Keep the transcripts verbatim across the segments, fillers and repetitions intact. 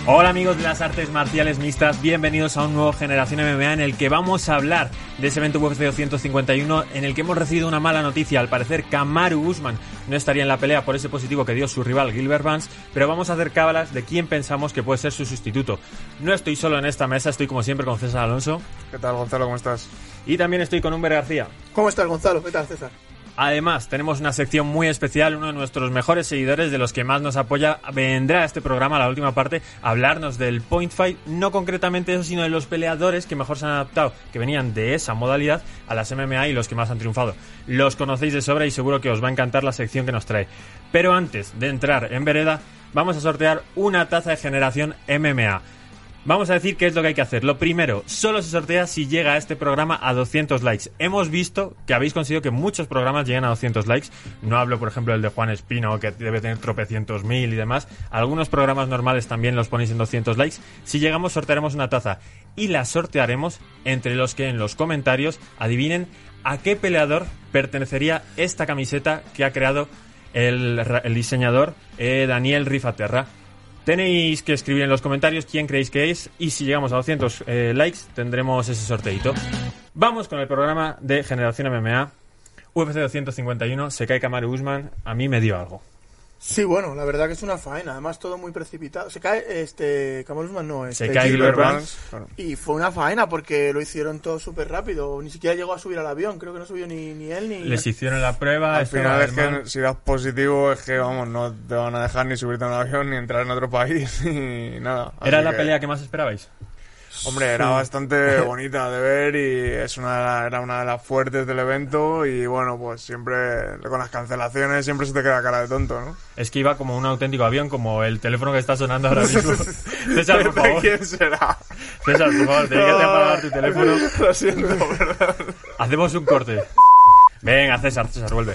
Hola amigos de las artes marciales mixtas, bienvenidos a un nuevo Generación M M A en el que vamos a hablar de ese evento U F C doscientos cincuenta y uno en el que hemos recibido una mala noticia. Al parecer Kamaru Usman no estaría en la pelea por ese positivo que dio su rival Gilbert Burns, pero vamos a hacer cábalas de quién pensamos que puede ser su sustituto. No estoy solo en esta mesa, estoy como siempre con César Alonso. ¿Qué tal, Gonzalo? ¿Cómo estás? Y también estoy con Humber García. ¿Cómo estás, Gonzalo? ¿Qué tal, César? Además, tenemos una sección muy especial. Uno de nuestros mejores seguidores, de los que más nos apoya, vendrá a este programa, la última parte, a hablarnos del Point Fight. No concretamente eso, sino de los peleadores que mejor se han adaptado, que venían de esa modalidad, a las M M A y los que más han triunfado. Los conocéis de sobra y seguro que os va a encantar la sección que nos trae. Pero antes de entrar en vereda, vamos a sortear una taza de Generación M M A. Vamos a decir qué es lo que hay que hacer. Lo primero, solo se sortea si llega a este programa a doscientos likes. Hemos visto que habéis conseguido que muchos programas lleguen a doscientos likes. No hablo, por ejemplo, del de Juan Espino, que debe tener tropecientos mil y demás. Algunos programas normales también los ponéis en doscientos likes. Si llegamos, sortearemos una taza. Y la sortearemos entre los que en los comentarios adivinen a qué peleador pertenecería esta camiseta que ha creado el, el diseñador eh, Daniel Rifaterra. Tenéis que escribir en los comentarios quién creéis que es, y si llegamos a doscientos eh, likes tendremos ese sorteito. Vamos con el programa de Generación M M A. U F C doscientos cincuenta y uno, se cae Kamaru Usman. A mí me dio algo. Sí, bueno, la verdad que es una faena. Además, todo muy precipitado. Se cae, este, Kamaru Usman no, este, Se cae Gilbert Burns. Y fue una faena porque lo hicieron todo súper rápido. Ni siquiera llegó a subir al avión. Creo que no subió ni, ni él ni... Les hicieron la prueba. Al final es que si das positivo es que, vamos, no te van a dejar ni subirte a un avión ni entrar en otro país ni nada. ¿Era Así la que... pelea que más esperabais? Hombre, era sí. bastante bonita de ver y es una era una de las fuertes del evento y bueno, pues siempre con las cancelaciones siempre se te queda cara de tonto, ¿no? Es que iba como un auténtico avión, como el teléfono que está sonando ahora mismo. César, por favor. ¿Quién será? César, por favor, te que apagar tu teléfono. Lo siento, ¿verdad? Hacemos un corte. Venga, César, César, vuelve.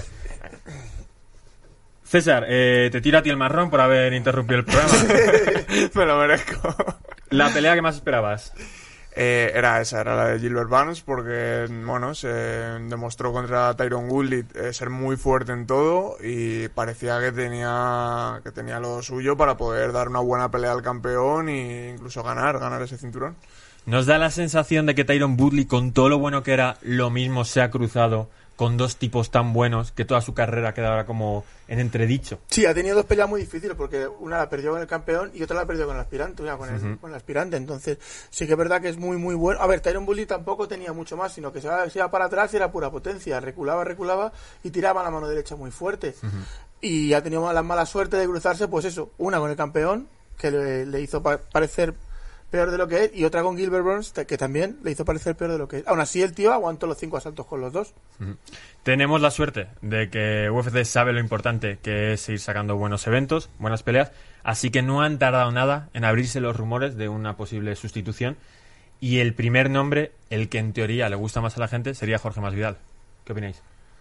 César, eh, te tiro a ti el marrón por haber interrumpido el programa. Me lo merezco. ¿La pelea que más esperabas? Eh, era esa, era la de Gilbert Burns, porque bueno, se demostró contra Tyron Woodley eh, ser muy fuerte en todo y parecía que tenía que tenía lo suyo para poder dar una buena pelea al campeón e incluso ganar, ganar ese cinturón. ¿Nos da la sensación de que Tyron Woodley, con todo lo bueno que era, lo mismo se ha cruzado con dos tipos tan buenos que toda su carrera queda ahora como en entredicho? Sí, ha tenido dos peleas muy difíciles porque una la perdió con el campeón y otra la perdió con el aspirante, o sea, con el, uh-huh. con el aspirante. Entonces, sí que es verdad que es muy, muy bueno. A ver, Tyron Woodley tampoco tenía mucho más, sino que se iba, se iba para atrás y era pura potencia. Reculaba, reculaba y tiraba la mano derecha muy fuerte. Uh-huh. Y ha tenido la mala suerte de cruzarse, pues eso, una con el campeón, que le, le hizo pa- parecer peor de lo que es, y otra con Gilbert Burns, que también le hizo parecer peor de lo que es. Aún así, el tío aguantó los cinco asaltos con los dos. Uh-huh. Tenemos la suerte de que U F C sabe lo importante que es seguir sacando buenos eventos, buenas peleas, así que no han tardado nada en abrirse los rumores de una posible sustitución, y el primer nombre, el que en teoría le gusta más a la gente, sería Jorge Masvidal. ¿Qué opináis?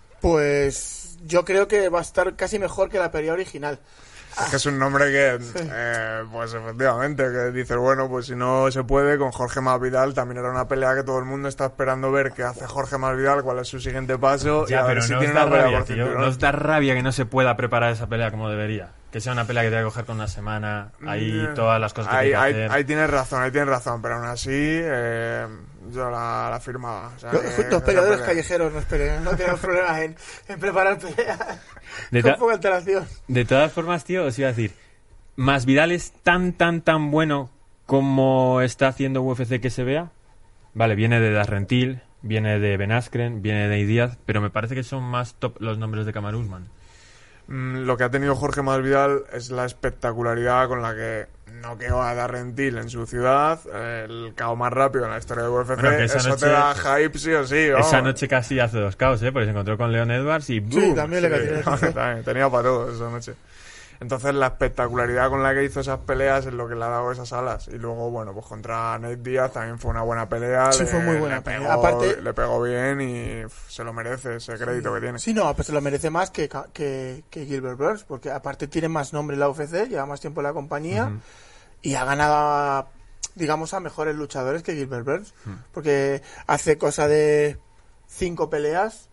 Pues yo creo que va a estar casi mejor que la pelea original. Es que es un nombre que, eh, pues efectivamente, que dices, bueno, pues si no se puede, con Jorge Masvidal también era una pelea que todo el mundo está esperando ver qué hace Jorge Masvidal, cuál es su siguiente paso. Ya, y a pero ver si no tiene os da una pelea rabia, por tío. cinturón. No os da rabia que no se pueda preparar esa pelea como debería. Que sea una pelea que te va a coger con una semana, ahí Mm, todas las cosas que ahí, tiene que ahí, hacer. ahí tienes razón, ahí tienes razón, pero aún así eh, yo la, la firmaba. O sea, los que, los peleadores pelea. callejeros nos pelean, no tenemos problemas en, en preparar peleas De con ta- poca alteración. De todas formas, tío, os iba a decir, Masvidal es tan, tan, tan bueno como está haciendo U F C que se vea. Vale, viene de Darren Till, viene de Ben Askren, viene de Díaz, pero me parece que son más top los nombres de Kamaru Usman. Mm, lo que ha tenido Jorge Masvidal es la espectacularidad con la que noqueó a Darren Till en su ciudad, el K O más rápido en la historia de U F C. Bueno, que esa eso noche- te da hype sí o sí, vamos. Esa noche casi hace dos caos, ¿eh? Porque se encontró con Leon Edwards y ¡boom! Sí, también le Sí, cayó. también, tenía para todo esa noche. Entonces la espectacularidad con la que hizo esas peleas es lo que le ha dado esas alas. Y luego, bueno, pues contra Nate Diaz también fue una buena pelea. Sí, le, fue muy buena le pelea. pegó, Aparte- le pegó bien y uf, se lo merece ese crédito que tiene. Sí, no, pues se lo merece más que, que, que Gilbert Burns, porque aparte tiene más nombre en la U F C, lleva más tiempo en la compañía, uh-huh. y ha ganado a, digamos, a mejores luchadores que Gilbert Burns, uh-huh. porque hace cosa de cinco peleas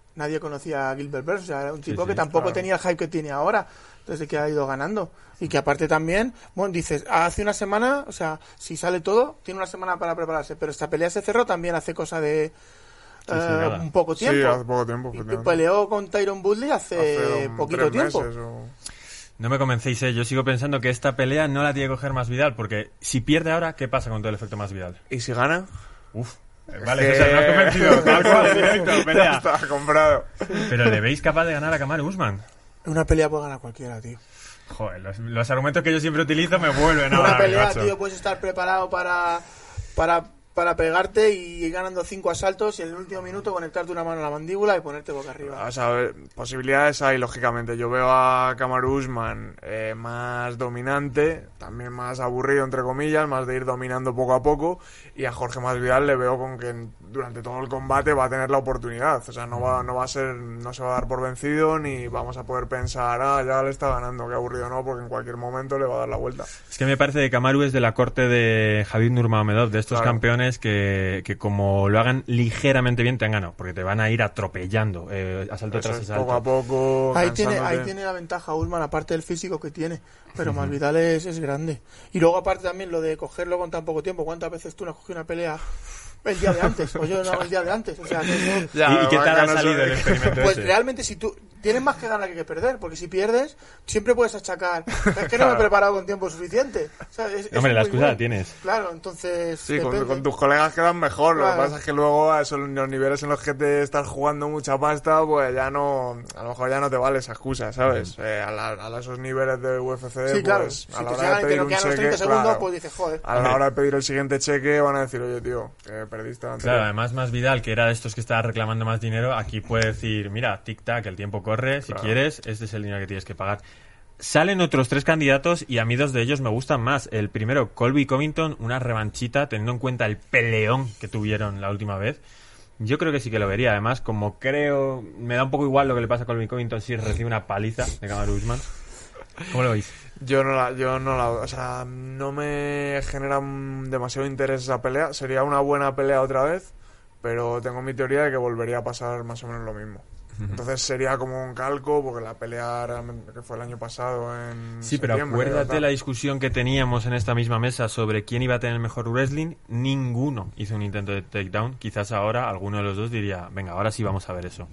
nadie conocía a Gilbert Burns, o sea, era un tipo Sí, sí, que tampoco claro. tenía el hype que tiene ahora, desde que ha ido ganando. Y que aparte también, bueno, dices, hace una semana, o sea, si sale todo, tiene una semana para prepararse, pero esta pelea se cerró también hace cosa de Sí, sí, eh, nada. un poco tiempo. Sí, hace poco tiempo. Y efectivamente. peleó con Tyron Woodley hace, Hace un- poquito tres tiempo. meses o- No me convencéis, ¿eh? Yo sigo pensando que esta pelea no la tiene que coger Masvidal, porque si pierde ahora, ¿qué pasa con todo el efecto Masvidal? ¿Y si gana? Uf. Vale, César, me has convencido. Tal cual, directo, Ya pelea. está comprado. Pero ¿le veis capaz de ganar a Kamaru Usman? Una pelea puede ganar cualquiera, tío. Joder, los, los argumentos que yo siempre utilizo me vuelven ahora, Una pelea, macho. tío, puedes estar preparado para, para, para pegarte y ir ganando cinco asaltos y en el último minuto conectarte una mano a la mandíbula y ponerte boca arriba. O sea, a ver, posibilidades hay, lógicamente. Yo veo a Kamaru Usman eh, más dominante, también más aburrido, entre comillas, más de ir dominando poco a poco. Y a Jorge Masvidal le veo con que durante todo el combate va a tener la oportunidad. O sea, no va, no va a ser, no se va a dar por vencido ni vamos a poder pensar, ah, ya le está ganando, qué aburrido, no, porque en cualquier momento le va a dar la vuelta. Es que me parece que Kamaru es de la corte de Khabib Nurmagomedov, de estos Claro. campeones que, que como lo hagan ligeramente bien te han ganado, porque te van a ir atropellando, eh, asalto Eso tras es, asalto. poco a poco. Ahí tiene, ahí cansándote. tiene la ventaja Usman, aparte del físico que tiene. Pero Masvidal es, es grande. Y luego aparte también lo de cogerlo con tan poco tiempo. ¿Cuántas veces tú no has cogido una pelea el día de antes? O yo no, el día de antes. O sea, que eso- Ya, ¿Y, y qué va, tal que ha no salido sé. el experimento Pues ese? realmente si tú tienes más que ganar que que perder, porque si pierdes siempre puedes achacar, es que no me he Claro. preparado con tiempo suficiente. O sea, es- es Hombre, la muy excusa la bueno. tienes. Claro, entonces Sí, con, depende. con tus colegas quedan mejor. Lo Claro. que pasa es que luego a esos, los niveles en los que te estás jugando mucha pasta, pues ya no, a lo mejor ya no te vale esa excusa, ¿sabes? Eh, a, la- a esos niveles de U F C, Sí, pues claro. a Si la te hora de llegan y te pedir lo un quedan los cheque, treinta segundos, claro, pues dices, joder. a la Hombre. hora de pedir el siguiente cheque van a decir, oye, tío, que perdiste el anterior. Claro, además Masvidal, que era de estos que estaba reclamando más dinero, aquí puede decir, mira, tic-tac, el tiempo corre, si Claro. quieres, este es el dinero que tienes que pagar. Salen otros tres candidatos y a mí dos de ellos me gustan más. El primero, Colby Covington, una revanchita, teniendo en cuenta el peleón que tuvieron la última vez. Yo creo que sí que lo vería. Además, como creo, me da un poco igual lo que le pasa a Colby Covington si recibe una paliza de Kamaru Usman. ¿Cómo lo veis? Yo no la, yo no la, o sea, no me genera mm, demasiado interés esa pelea. Sería una buena pelea otra vez, pero tengo mi teoría de que volvería a pasar más o menos lo mismo. Entonces sería como un calco, porque la pelea realmente que fue el año pasado en Sí, pero septiembre, acuérdate ¿verdad? la discusión que teníamos en esta misma mesa sobre quién iba a tener el mejor wrestling. Ninguno hizo un intento de takedown. Quizás ahora alguno de los dos diría, venga, ahora sí vamos a ver eso.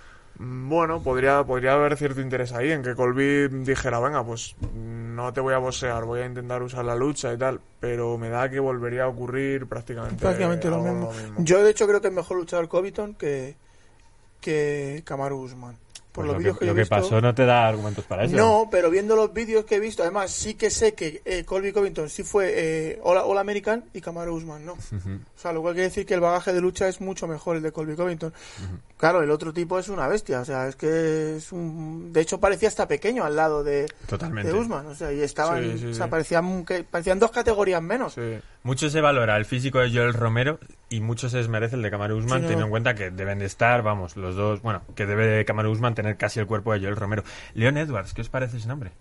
Mm, Bueno, podría, podría haber cierto interés ahí en que Colby dijera, venga, pues no te voy a boxear, voy a intentar usar la lucha y tal, pero me da que volvería a ocurrir prácticamente, Prácticamente lo algo mismo. mismo. Yo, de hecho, creo que es mejor luchador Covington que, que Kamaru Usman. Por Pues los lo vídeos que, que, yo lo he que visto. pasó no te da argumentos para eso. No, pero viendo los vídeos que he visto, además sí que sé que eh, Colby Covington sí fue eh, All, All American y Kamaru Usman no. Ujú. O sea, lo cual quiere decir que el bagaje de lucha es mucho mejor el de Colby Covington. Claro, el otro tipo es una bestia, o sea, es que es un... De hecho parecía hasta pequeño al lado de, Totalmente. de Usman, o sea, y estaban, Sí, sí, o sea, sí. parecían, que, parecían dos categorías menos. Sí. Mucho se valora el físico de Joel Romero y mucho se desmerece el de Kamaru Usman, Sí, no. teniendo en cuenta que deben de estar, vamos, los dos, bueno, que debe Kamaru Usman tener casi el cuerpo de Joel Romero. Leon Edwards, ¿qué os parece ese nombre?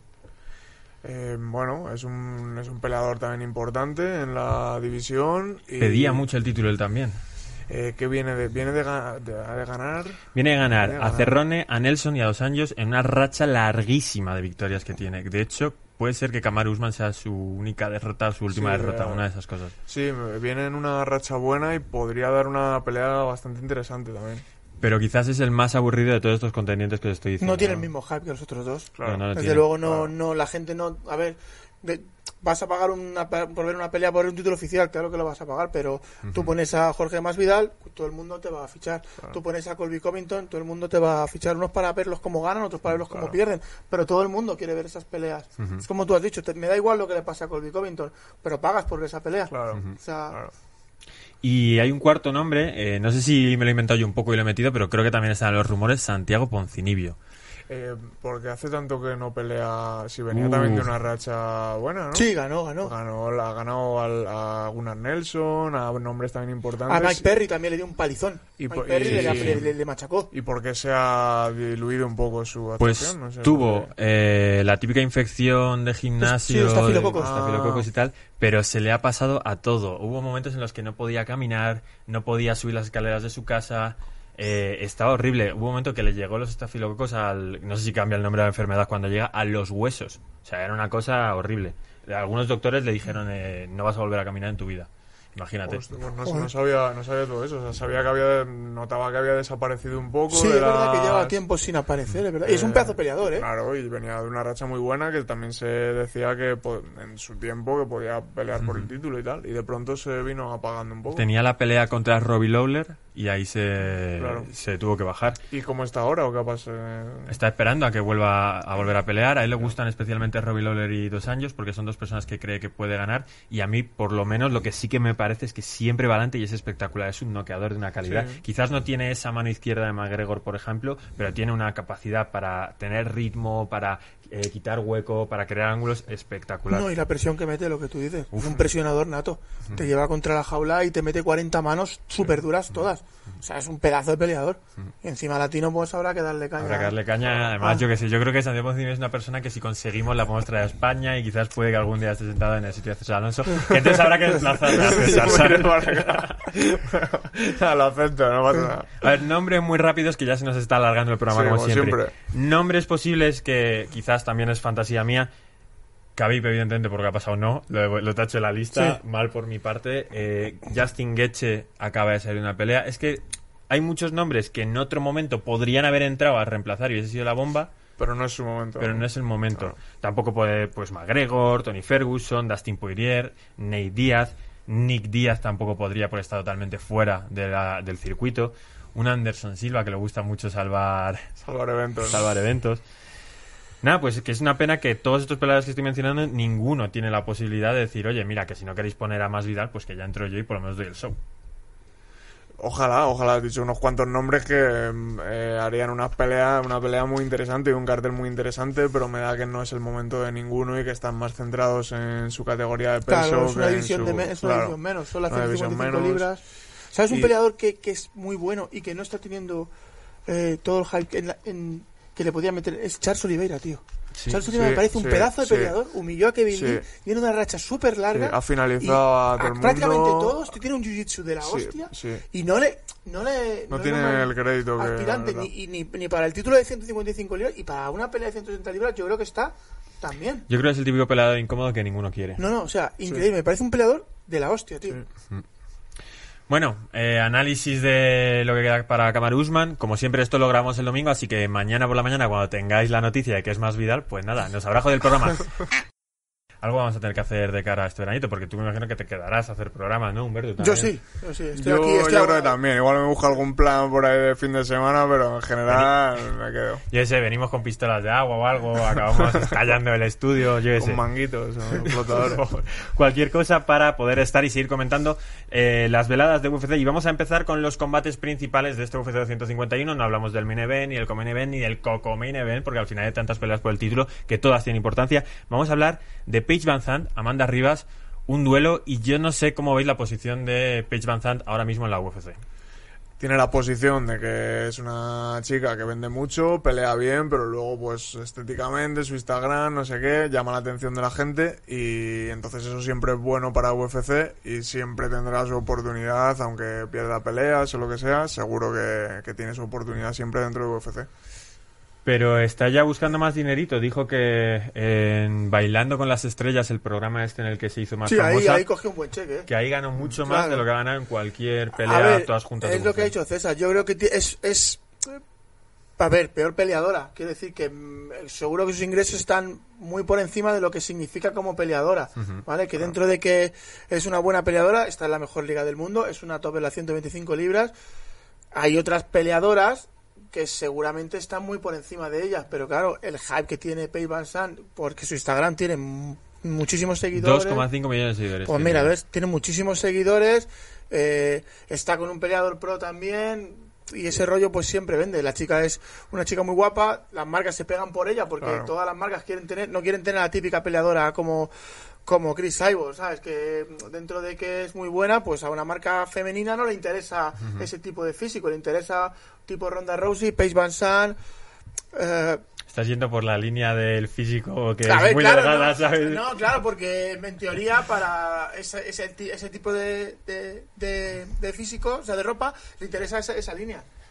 Eh, bueno, es un, es un peleador también importante en la división. Y, Pedía mucho el título él también. Eh, ¿Qué viene de, viene de, ga- de- de ganar? Viene a ganar Viene a a ganar. Cerrone, a Nelson y a Dos Anjos en una racha larguísima de victorias que tiene. De hecho, puede ser que Kamaru Usman sea su única derrota, su última Sí, derrota, eh, una de esas cosas. Sí, viene en una racha buena y podría dar una pelea bastante interesante también. Pero quizás es el más aburrido de todos estos contendientes que os estoy diciendo. No tiene el mismo hype que los otros dos. Claro. No, no lo Desde tiene. luego no, claro. no, la gente no, a ver, de- vas a pagar una, por ver una pelea por un título oficial, claro que lo vas a pagar, pero tú pones a Jorge Masvidal, todo el mundo te va a fichar. Tú pones a Colby Covington, todo el mundo te va a fichar. Unos para verlos cómo ganan, otros para verlos cómo Claro. pierden, pero todo el mundo quiere ver esas peleas. Es como tú has dicho, te- me da igual lo que le pasa a Colby Covington, pero pagas por ver esa pelea. Claro. O sea, Claro. Y hay un cuarto nombre, eh, no sé si me lo he inventado yo un poco y lo he metido, pero creo que también están los rumores, Santiago Poncinibio. Eh, porque hace tanto que no pelea. Si venía Uf. también de una racha buena, ¿no? sí, ganó, ganó. Ganó, la- ha ganado al- a Gunnar Nelson, a nombres también importantes. A Mike Perry también le dio un palizón. Y Mike po- Perry y- le, sí. le- le- le machacó. ¿Y por qué se ha diluido un poco su Pues actuación? No sé, tuvo porque- eh, la típica infección de gimnasio, Sí, estafilococos. de- estafilococos y tal, pero se le ha pasado a todo. Hubo momentos en los que no podía caminar, no podía subir las escaleras de su casa, Eh, estaba horrible. Hubo un momento que le llegó los estafilococos al... No sé si cambia el nombre de la enfermedad cuando llega a los huesos. O sea, era una cosa horrible. Algunos doctores le dijeron, eh, no vas a volver a caminar en tu vida. Imagínate. Hostia, pues no, no, sabía, no sabía todo eso. O sea, sabía que había, notaba que había desaparecido un poco. Sí, de es verdad las... que lleva tiempo sin aparecer, es verdad. Y es un pedazo peleador, ¿eh? Claro, y venía de una racha muy buena que también se decía que en su tiempo que podía pelear por el título y tal. Y de pronto se vino apagando un poco. Tenía la pelea contra Robbie Lawler y ahí se, claro. se tuvo que bajar. ¿Y cómo está ahora o qué pasa? Está esperando a que vuelva a volver a pelear. A él le gustan especialmente Robbie Lawler y Dos Anjos porque son dos personas que cree que puede ganar. Y a mí, por lo menos, lo que sí que me parece es que siempre va adelante y es espectacular. Es un noqueador de una calidad. Sí. Quizás no tiene esa mano izquierda de McGregor, por ejemplo, pero tiene una capacidad para tener ritmo, para eh, quitar hueco, para crear ángulos espectacular. No, y la presión que mete, lo que tú dices. Uf. Un presionador nato. Uh-huh. Te lleva contra la jaula y te mete cuarenta manos súper duras todas. O sea, es un pedazo de peleador. Uh-huh. Y encima latino, pues habrá que darle caña. Habrá que darle caña. Además, ah. yo que sé, yo creo que Santiago Ponzinibbio es una persona que si conseguimos la podemos traer a España y quizás puede que algún día esté sentado en el sitio de César Alonso. Que entonces habrá que desplazarla a César, ¿sabes? Lo acepto, no pasa nada. A ver, nombres muy rápidos que ya se nos está alargando el programa, sí, como, como siempre. siempre. Nombres posibles que quizás también es fantasía mía. Khabib, evidentemente, porque ha pasado no. Lo, lo tacho en la lista. Sí. Mal por mi parte. Eh, Justin Gaethje acaba de salir una pelea. Es que hay muchos nombres que en otro momento podrían haber entrado a reemplazar y hubiese sido la bomba. Pero no es su momento. Pero no es el momento. Claro. Tampoco puede, pues, McGregor, Tony Ferguson, Dustin Poirier, Nate Diaz. Nick Diaz tampoco podría, porque está totalmente fuera de la, del circuito. Un Anderson Silva que le gusta mucho salvar salvar eventos. Salvar eventos. Nada, pues que es una pena que todos estos peleadores que estoy mencionando, ninguno tiene la posibilidad de decir, oye, mira, que si no queréis poner a Masvidal, pues que ya entro yo y por lo menos doy el show. Ojalá, ojalá, has dicho unos cuantos nombres que eh, harían una pelea, una pelea muy interesante y un cartel muy interesante, pero me da que no es el momento de ninguno y que están más centrados en su categoría de peso. Claro, es una que división, su, de me- es una claro, división menos, son las ciento cincuenta y cinco menos. libras. ¿Sabes un y... peleador que, que es muy bueno y que no está teniendo eh, todo el hype en, la, en que le podía meter? Es Charles Oliveira, tío. Sí, Charles Oliveira sí, me parece un sí, pedazo de sí. peleador, humilló a Kevin Sí. Lee, tiene una racha súper larga. Sí, ha finalizado a todo el mundo. Prácticamente todos, tiene un jiu-jitsu de la Sí, hostia sí. y no le no le No le tiene nombran el crédito que- aspirante la ni, verdad. y ni, ni para el título de ciento cincuenta y cinco libras y para una pelea de ciento sesenta libras yo creo que está también. Yo creo que es el típico peleador incómodo que ninguno quiere. No, no, o sea, increíble, me parece un peleador de la hostia, tío. Sí. Bueno, eh, análisis de lo que queda para Kamaru Usman. Como siempre, esto lo grabamos el domingo, así que mañana por la mañana, cuando tengáis la noticia de que es Masvidal, pues nada, nos habrá jodido el programa. Algo vamos a tener que hacer de cara a este veranito, porque tú me imagino que te quedarás a hacer programas, ¿no, Humberto? ¿También? Yo sí, yo sí, estoy Yo, aquí, estoy yo a- creo que también. Igual me busco algún plan por ahí de fin de semana, pero en general me quedo. Yo sé, venimos con pistolas de agua o algo, acabamos estallando el estudio, yo sé. Con manguitos o flotadores. Cualquier cosa para poder estar y seguir comentando eh, las veladas de U F C. Y vamos a empezar con los combates principales de este U F C doscientos cincuenta y uno. No hablamos del main event, ni del co-main event, ni del coco-main event, porque al final hay tantas peleas por el título que todas tienen importancia. Vamos a hablar de Paige Van Zandt, Amanda Ribas, un duelo, y yo no sé cómo veis la posición de Paige Van Zandt ahora mismo en la U F C. Tiene la posición de que es una chica que vende mucho, pelea bien, pero luego pues estéticamente, su Instagram, no sé qué, llama la atención de la gente y entonces eso siempre es bueno para U F C y siempre tendrá su oportunidad, aunque pierda peleas o lo que sea, seguro que, que tiene su oportunidad siempre dentro de U F C. Pero está ya buscando más dinerito. Dijo que en Bailando con las Estrellas, el programa este en el que se hizo más Sí, ahí, famosa, ahí cogió un buen cheque, ¿eh? que ahí ganó mucho Claro. más de lo que ha ganado en cualquier A pelea, ver, todas juntas. es de lo U F C. que ha dicho César. Yo creo que ti- es, es a ver, peor peleadora. Quiero decir que mm, seguro que sus ingresos están muy por encima de lo que significa como peleadora, Ujú. ¿vale? Que dentro de que es una buena peleadora, está en la mejor liga del mundo, es una top en las ciento veinticinco libras. Hay otras peleadoras que seguramente están muy por encima de ellas, pero claro, el hype que tiene Paige Van Zandt, porque su Instagram tiene m- muchísimos seguidores. dos coma cinco millones de seguidores. Pues tiene. mira, ves, tiene muchísimos seguidores, eh, está con un peleador pro también, y ese rollo pues siempre vende. La chica es una chica muy guapa, las marcas se pegan por ella porque Claro. todas las marcas quieren tener, no quieren tener a la típica peleadora como como Chris Cyborg, ¿sabes? Que dentro de que es muy buena, pues a una marca femenina no le interesa uh-huh. ese tipo de físico, le interesa tipo Ronda Rousey, Paige Van Zandt. Eh, Estás yendo por la línea del físico que a es ver, muy claro, delgada, no, ¿sabes? No, claro, porque en teoría para ese, ese, ese tipo de, de, de, de físico, o sea, de ropa, le interesa esa, esa línea.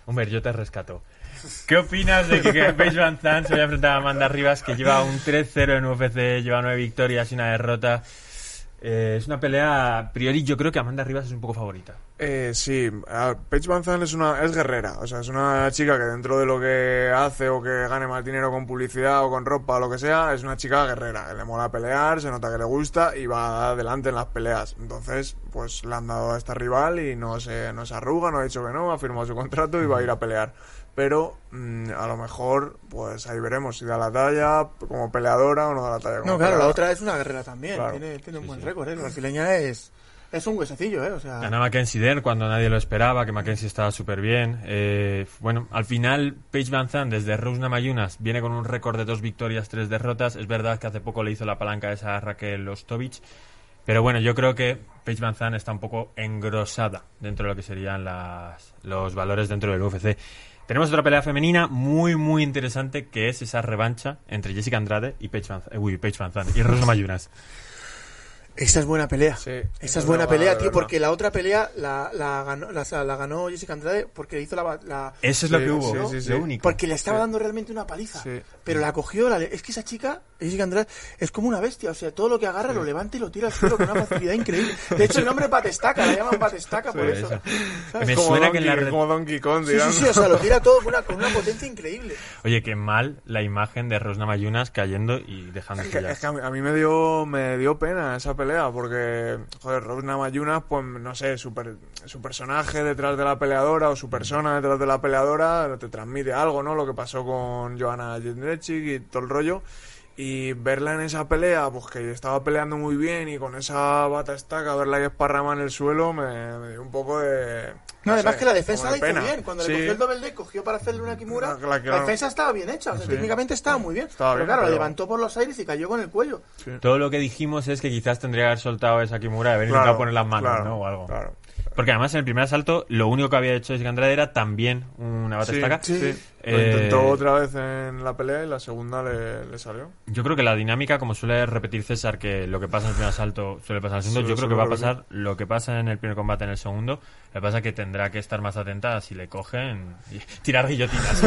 Hombre, yo te rescato. ¿Qué opinas de que, que Paige Van Zandt se vaya a enfrentar a Amanda Ribas, que lleva un tres cero en U F C, lleva nueve victorias y una derrota? Eh, es una pelea, a priori yo creo que Amanda Ribas es un poco favorita. Eh, sí, Paige Van Zandt es una es guerrera, o sea, es una chica que dentro de lo que hace o que gane más dinero con publicidad o con ropa o lo que sea, es una chica guerrera, que le mola pelear, se nota que le gusta y va adelante en las peleas. Entonces, pues le han dado a esta rival y no se, no se arruga, no ha dicho que no, ha firmado su contrato y va a ir a pelear. Pero mmm, a lo mejor, pues ahí veremos si da la talla como peleadora o no da la talla como No, claro, peleadora. la otra es una guerrera también, Claro. tiene, tiene un Sí, buen sí. récord, ¿eh? La brasileña es, es un huesecillo, ¿eh? O sea... Ganó Mackenzie Dern cuando nadie lo esperaba, que Mackenzie estaba súper bien. Eh, bueno, al final, Paige Van Zandt, desde Rose Namajunas, viene con un récord de dos victorias, tres derrotas. Es verdad que hace poco le hizo la palanca esa a Raquel Ostovich. Pero bueno, yo creo que Paige Van Zandt está un poco engrosada dentro de lo que serían las, los valores dentro del U F C. Tenemos otra pelea femenina muy, muy interesante, que es esa revancha entre Jessica Andrade y Paige Van, eh, uy, Paige Van Zandt y Rose Namajunas. Esa es buena pelea. Sí, Esa esa es es buena una pelea, buena tío, pelea. porque la otra pelea la, la, ganó, la, la ganó Jessica Andrade porque hizo la... la Eso es lo Sí, que hubo, sí, ¿no? sí, sí. Lo único. porque le estaba Sí. dando realmente una paliza. Sí. Pero la cogió... La, es que esa chica, Jessica Andrade, es como una bestia. O sea, todo lo que agarra lo levanta y lo tira al suelo con una facilidad increíble. De hecho, el nombre Batestaca, la llaman Batestaca por Sí, eso. eso. ¿Sabes? Me como suena Donkey, que en la red- como Donkey Kong, Sí, sí, tirando. sí, o sea, lo tira todo con una, con una potencia increíble. Oye, qué mal la imagen de Rose Namajunas cayendo y dejando Es que, ya. es que a mí, a mí me dio me dio pena esa pelea porque, joder, Rose Namajunas, pues no sé, su, per- su personaje detrás de la peleadora o su persona detrás de la peleadora te transmite algo, ¿no? Lo que pasó con Joanna Jędrzejczyk y todo el rollo. Y verla en esa pelea, pues que estaba peleando muy bien y con esa bata estaca, verla ahí esparrama en el suelo, me, me dio un poco de... No, además sé, que la defensa como la de hizo pena. bien. Cuando Sí. le cogió el doble D, cogió para hacerle una Kimura. La- la que La no- defensa estaba bien hecha. O sea, Sí. técnicamente estaba muy bien. Estaba pero bien, claro, la pero- levantó por los aires y cayó con el cuello. Sí. Todo lo que dijimos es que quizás tendría que haber soltado esa Kimura y haber Claro, intentado poner las manos, claro, ¿no? O algo. Claro. Porque además en el primer asalto lo único que había hecho Jessica Andrade era también una bata Sí, estaca. sí. Lo Eh, intentó otra vez en la pelea y la segunda le, le salió. Yo creo que la dinámica, como suele repetir César, que lo que pasa en el primer asalto suele pasar en el segundo, Sí, yo creo sí, que va a creo que pasar lo que pasa en el primer combate en el segundo. Lo que pasa es que tendrá que estar más atenta si le cogen y tirar guillotinas.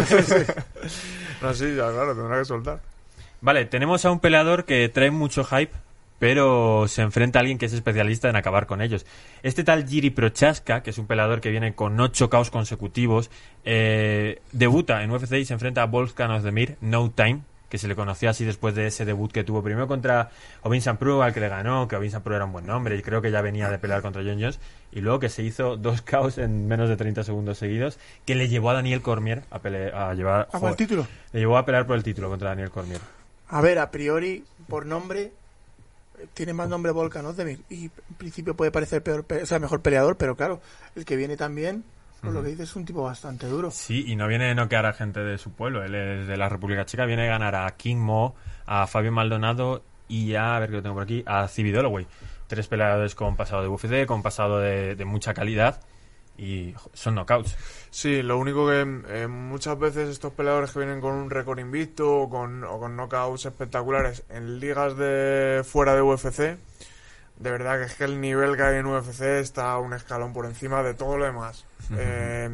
No, sí, ya claro, tendrá que soltar. Vale, tenemos a un peleador que trae mucho hype, pero se enfrenta a alguien que es especialista en acabar con ellos. Este tal Jiri Prochaska, que es un peleador que viene con ocho caos consecutivos, eh, debuta en U F C y se enfrenta a Volkan Ozdemir, No Time, que se le conoció así después de ese debut que tuvo primero contra Ovin Sanprou, al que le ganó, que Ovin Sanprou era un buen nombre y creo que ya venía de pelear contra John Jones, y luego que se hizo dos caos en menos de treinta segundos seguidos, que le llevó a Daniel Cormier a, pele- a llevar... ¿A por joder, el título? le llevó a pelear por el título contra Daniel Cormier. A ver, a priori, por nombre, tiene más nombre Volkan Ozdemir. Y en principio puede parecer peor, pe- o sea, mejor peleador, pero claro, el que viene también, por lo que dices, es un tipo bastante duro. Sí, y no viene de noquear a gente de su pueblo, él es de la República Checa, viene de ganar a King Mo, a Fabio Maldonado y a, a ver qué lo tengo por aquí, a Zibi Holloway. Tres peleadores con pasado de U F C, con pasado de, de mucha calidad y son knockouts. Sí, lo único que eh, muchas veces estos peleadores que vienen con un récord invicto o con, o con knockouts espectaculares en ligas de fuera de U F C, de verdad que es que el nivel que hay en U F C está un escalón por encima de todo lo demás. Eh,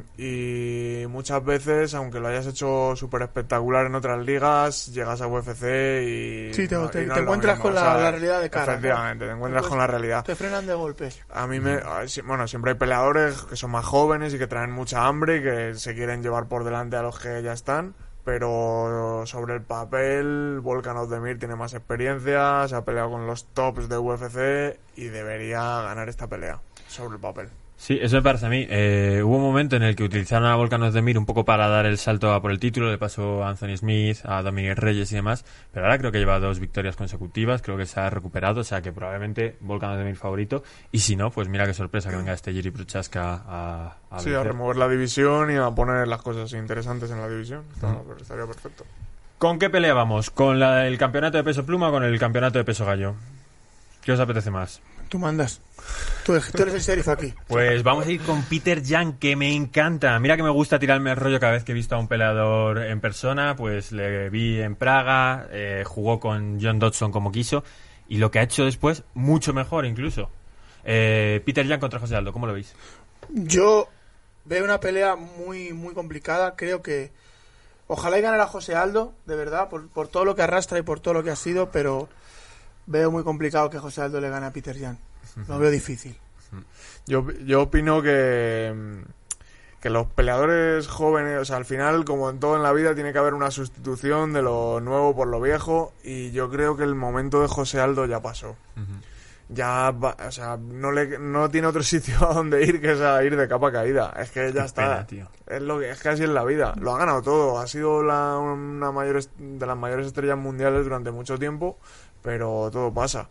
y muchas veces, aunque lo hayas hecho súper espectacular en otras ligas, llegas a U F C y... Sí, te- no- te- y no te es lo encuentras mismo, con la- ¿sabes? la realidad de cara, Efectivamente, te encuentras Pues con la realidad. Te frenan de golpe. A mí me... a- sí, Bueno, siempre hay peleadores que son más jóvenes y que traen mucha hambre y que se quieren llevar por delante a los que ya están, pero sobre el papel Volkan Ozdemir tiene más experiencia, se ha peleado con los tops de U F C y debería ganar esta pelea sobre el papel. Sí, eso me parece a mí. Eh, hubo un momento en el que utilizaron a Volkan Ozdemir un poco para dar el salto a por el título, le pasó a Anthony Smith, a Dominic Reyes y demás, pero ahora creo que lleva dos victorias consecutivas, creo que se ha recuperado, o sea que probablemente Volkan Ozdemir favorito, y si no, pues mira qué sorpresa que venga este Jiri Prochaska a, a Sí, a vencer. remover la división y a poner las cosas interesantes en la división. Está- Estaría perfecto. ¿Con qué pelea vamos? ¿Con la, el campeonato de peso pluma o con el campeonato de peso gallo? ¿Qué os apetece más? Tú mandas. Tú, eres- tú eres el sheriff aquí. Pues vamos a ir con Peter Yan, que me encanta. Mira que me gusta tirarme el rollo cada vez que he visto a un peleador en persona. Pues le vi en Praga, eh, jugó con John Dodson como quiso, y lo que ha hecho después, mucho mejor incluso. Eh, Peter Yan contra José Aldo, ¿cómo lo veis? Yo veo una pelea muy muy complicada. Creo que ojalá y ganara José Aldo, de verdad, por, por todo lo que arrastra y por todo lo que ha sido, pero veo muy complicado que José Aldo le gane a Peter Yan. Lo veo difícil. Yo, yo opino que, que los peleadores jóvenes, o sea, al final, como en todo en la vida, tiene que haber una sustitución de lo nuevo por lo viejo, y yo creo que el momento de José Aldo ya pasó. Uh-huh. Ya, va, o sea, no le no tiene otro sitio a donde ir que sea ir de capa caída. Es que ya Qué está. Pena, tío. Es lo que es que así es la vida. Lo ha ganado todo. Ha sido la, una mayor de las mayores estrellas mundiales durante mucho tiempo, pero todo pasa.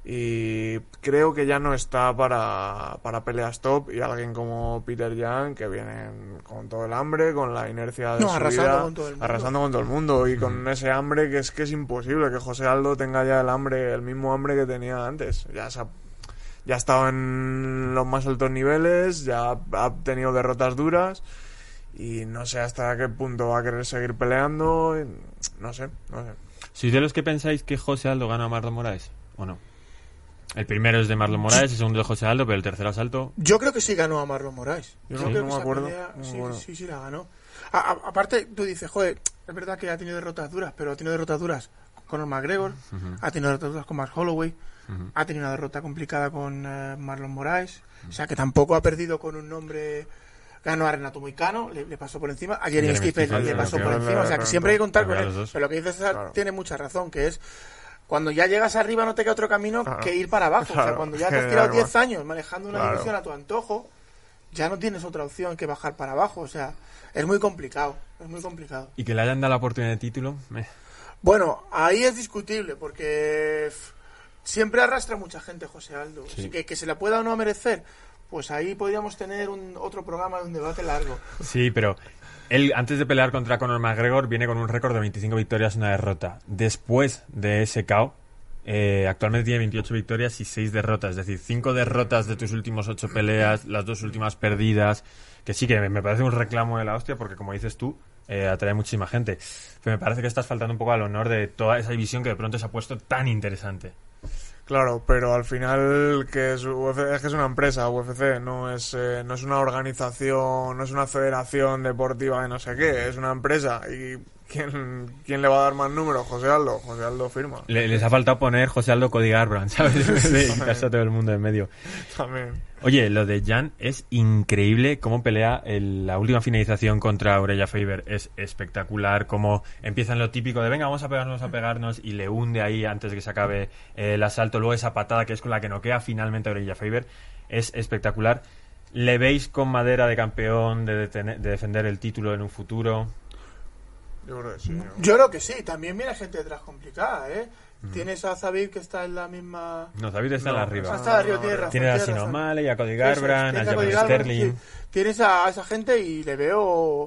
Y creo que ya no está para, para peleas top, y alguien como Peter Yan, que viene con todo el hambre, con la inercia de no, su arrasando vida, con todo el mundo. arrasando con todo el mundo, y con ese hambre que es que es imposible que José Aldo tenga ya el hambre, el mismo hambre que tenía antes. Ya se ha, ya ha estado en los más altos niveles, ya ha tenido derrotas duras, y no sé hasta qué punto va a querer seguir peleando. No sé, no sé. ¿Sois de los que pensáis que José Aldo gana a Marlon Moraes o no? El primero es de Marlon Moraes, el segundo de José Aldo, pero el tercer asalto... Yo creo que sí ganó a Marlon Moraes. Yo sí, no, creo no que me acuerdo. Pelea, no sí, me acuerdo. sí, sí, la ganó. A, a, aparte, tú dices, joder, es verdad que ha tenido derrotas duras, pero ha tenido derrotas duras con Conor McGregor, uh-huh. ha tenido derrotas duras con Max Holloway, uh-huh. ha tenido una derrota complicada con uh, Marlon Moraes, uh-huh. o sea que tampoco ha perdido con un nombre... Ganó a Renato Moicano, le, le pasó por encima, a Jeremy Stephens le pasó por encima, o sea que siempre hay que contar con él. Pero lo que dices claro. tiene mucha razón, que es... Cuando ya llegas arriba no te queda otro camino claro. que ir para abajo. Claro. O sea, cuando ya te has tirado diez años manejando una claro. división a tu antojo, ya no tienes otra opción que bajar para abajo. O sea, es muy complicado. Es muy complicado. ¿Y que le hayan dado la oportunidad de título? Eh. Bueno, ahí es discutible porque siempre arrastra mucha gente José Aldo. Sí. Así que, que se la pueda o no merecer, pues ahí podríamos tener un otro programa de un debate largo. Sí, pero... Él, antes de pelear contra Conor McGregor, viene con un récord de veinticinco victorias y una derrota. Después de ese K O, eh, actualmente tiene veintiocho victorias y seis derrotas. Es decir, cinco derrotas de tus últimos ocho peleas, las dos últimas perdidas. Que sí, que me parece un reclamo de la hostia, porque como dices tú, eh, atrae muchísima gente. Pero me parece que estás faltando un poco al honor de toda esa división que de pronto se ha puesto tan interesante. Claro, pero al final que es, U F C, es que es una empresa, U F C, no es eh, no es una organización, no es una federación deportiva de no sé qué, es una empresa. ¿Y quién, quién le va a dar más números? José Aldo, José Aldo firma. Le, les ha faltado poner José Aldo Cody Garbrandt, ¿sabes? De quitarse a todo el mundo en medio. También. Oye, lo de Jan es increíble, cómo pelea el, la última finalización contra Urijah Faber, es espectacular, cómo empiezan lo típico de venga, vamos a pegarnos, a pegarnos, y le hunde ahí antes de que se acabe eh, el asalto, luego esa patada que es con la que noquea finalmente a Urijah Faber, es espectacular. ¿Le veis con madera de campeón, de, detener, de defender el título en un futuro? Yo creo que sí. ¿no? Yo creo que sí, también viene gente detrás complicada, ¿eh? Tienes a Zabit que está en la misma... No, Zabit está no, arriba. Ah, está arriba, tiene razón. Tienes a Sean O'Malley, a Cody Garbrandt, a James Sterling. Sí. Tienes a esa gente y le veo...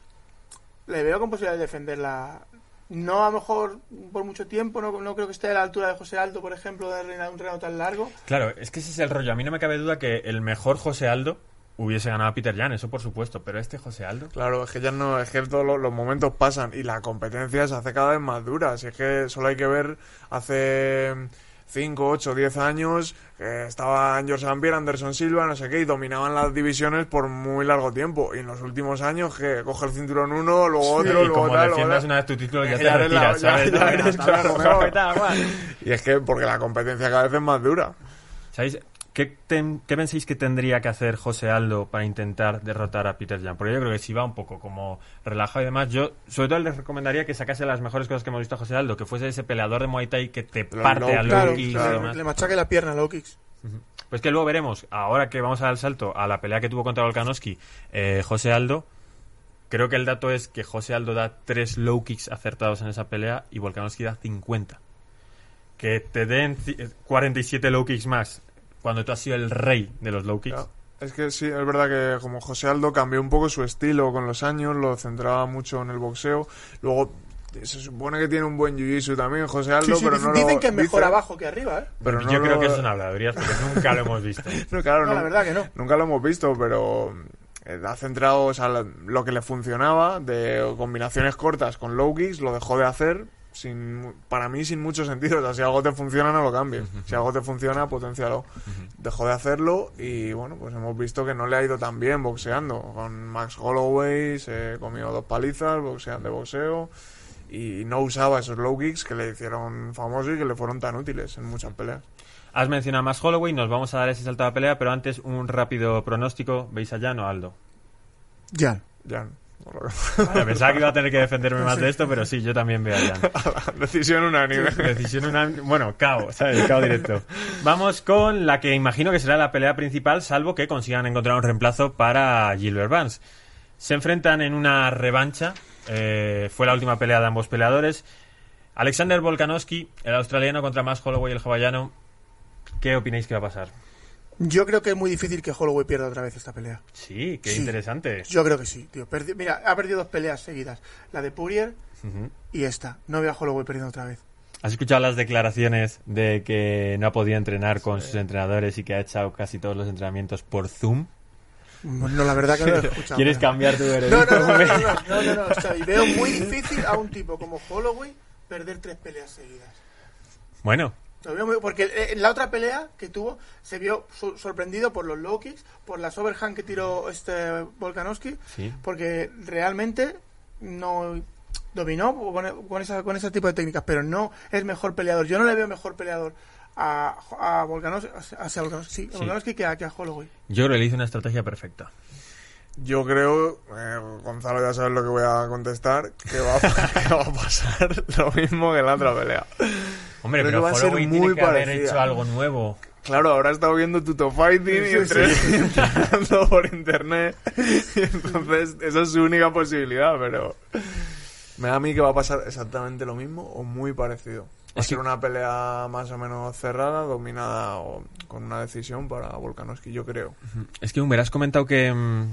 Le veo con posibilidad de defenderla. No a lo mejor por mucho tiempo, no, no creo que esté a la altura de José Aldo, por ejemplo, de un reinado tan largo. Claro, es que ese es el rollo. A mí no me cabe duda que el mejor José Aldo hubiese ganado a Peter Yan, eso por supuesto, pero este José Aldo... Claro, es que ya no, es que todos los, los momentos pasan y la competencia se hace cada vez más dura. Si es que solo hay que ver hace cinco, ocho, diez años que estaban George Saint Pierre, Anderson Silva, no sé qué, y dominaban las divisiones por muy largo tiempo. Y en los últimos años que coge el cinturón uno, luego sí, otro, y luego como tal, defiendas luego, una vez tu título ya, ya ya te retiras, la, ¿sabes? Ya, ya eres, claro, claro. Y, tal, y es que porque la competencia cada vez es más dura. ¿Sabéis? ¿Qué, ten, ¿Qué pensáis que tendría que hacer José Aldo para intentar derrotar a Peter Yan? Porque yo creo que si va un poco como relajado y demás, yo sobre todo les recomendaría que sacase las mejores cosas que hemos visto a José Aldo, que fuese ese peleador de Muay Thai que te Los parte low, a low claro, kicks claro, y demás. Le machaque la pierna a low kicks. Uh-huh. Pues que luego veremos, ahora que vamos a dar el salto a la pelea que tuvo contra Volkanovski, eh, José Aldo, creo que el dato es que José Aldo da tres low kicks acertados en esa pelea y Volkanovski da cincuenta. Que te den cuarenta y siete low kicks más cuando tú has sido el rey de los low kicks. Claro. Es que sí, es verdad que como José Aldo cambió un poco su estilo con los años, lo centraba mucho en el boxeo. Luego se supone que tiene un buen jiu-jitsu también José Aldo, sí, sí, pero dicen, no dicen lo que es mejor dice, abajo que arriba, ¿eh? Pero yo no creo lo... que eso son habladurías porque nunca lo hemos visto. No, claro, no, no, la verdad que no. Nunca lo hemos visto, pero ha centrado, o sea, lo que le funcionaba de combinaciones cortas con low kicks, lo dejó de hacer sin para mí sin mucho sentido. O sea, si algo te funciona, no lo cambies. Uh-huh. Si algo te funciona, potencialo. Uh-huh. Dejó de hacerlo y bueno, pues hemos visto que no le ha ido tan bien boxeando. Con Max Holloway se comió dos palizas boxeando de boxeo y no usaba esos low kicks que le hicieron famoso y que le fueron tan útiles en muchas peleas. Has mencionado a Max Holloway, nos vamos a dar ese salto a la pelea, pero antes un rápido pronóstico. ¿Veis a Jan o a Aldo? Jan. Jan. Vale, pensaba que iba a tener que defenderme más de esto, pero sí, yo también veo a Jan. Decisión unánime. Sí, decisión unánime. Bueno, cao, ¿sabes? Cao directo. Vamos con la que imagino que será la pelea principal, salvo que consigan encontrar un reemplazo para Gilbert Burns. Se enfrentan en una revancha. Eh, fue la última pelea de ambos peleadores. Alexander Volkanovski, el australiano, contra Max Holloway, el hawaiano. ¿Qué opináis que va a pasar? Yo creo que es muy difícil que Holloway pierda otra vez esta pelea. Sí, qué sí, interesante. Yo creo que sí, tío. Perdi- Mira, ha perdido dos peleas seguidas. La de Poirier uh-huh. y esta. No veo a Holloway perdiendo otra vez. ¿Has escuchado las declaraciones de que no ha podido entrenar con sí. sus entrenadores y que ha echado casi todos los entrenamientos por Zoom? No, la verdad que no lo he escuchado. ¿Quieres pero... cambiar tu veredicto? No, no, no, no, no, no, no, no, o sea, y veo muy difícil a un tipo como Holloway perder tres peleas seguidas. Bueno. Porque en la otra pelea que tuvo se vio sorprendido por los low kicks, por las overhand que tiró este Volkanovski, sí. porque realmente no dominó con, con, esa, con ese tipo de técnicas, pero no es mejor peleador. Yo no le veo mejor peleador a, a Volkanovski, a, a Volkanovski, sí, sí. Volkanovski que, a, que a Holloway. Yo creo que le hizo una estrategia perfecta. Yo creo, eh, Gonzalo ya sabes lo que voy a contestar, que va, que va a pasar lo mismo que en la otra pelea. Hombre, creo pero va a ser muy tiene que haber hecho algo nuevo. Claro, ahora he estado viendo Tuto Fighting sí, y entré sí. entrando por internet. Y entonces, esa es su única posibilidad, pero me da a mí que va a pasar exactamente lo mismo o muy parecido. Va a ser una pelea más o menos cerrada, dominada o con una decisión para Volkanovski, yo creo. Es que, Humber, has comentado que,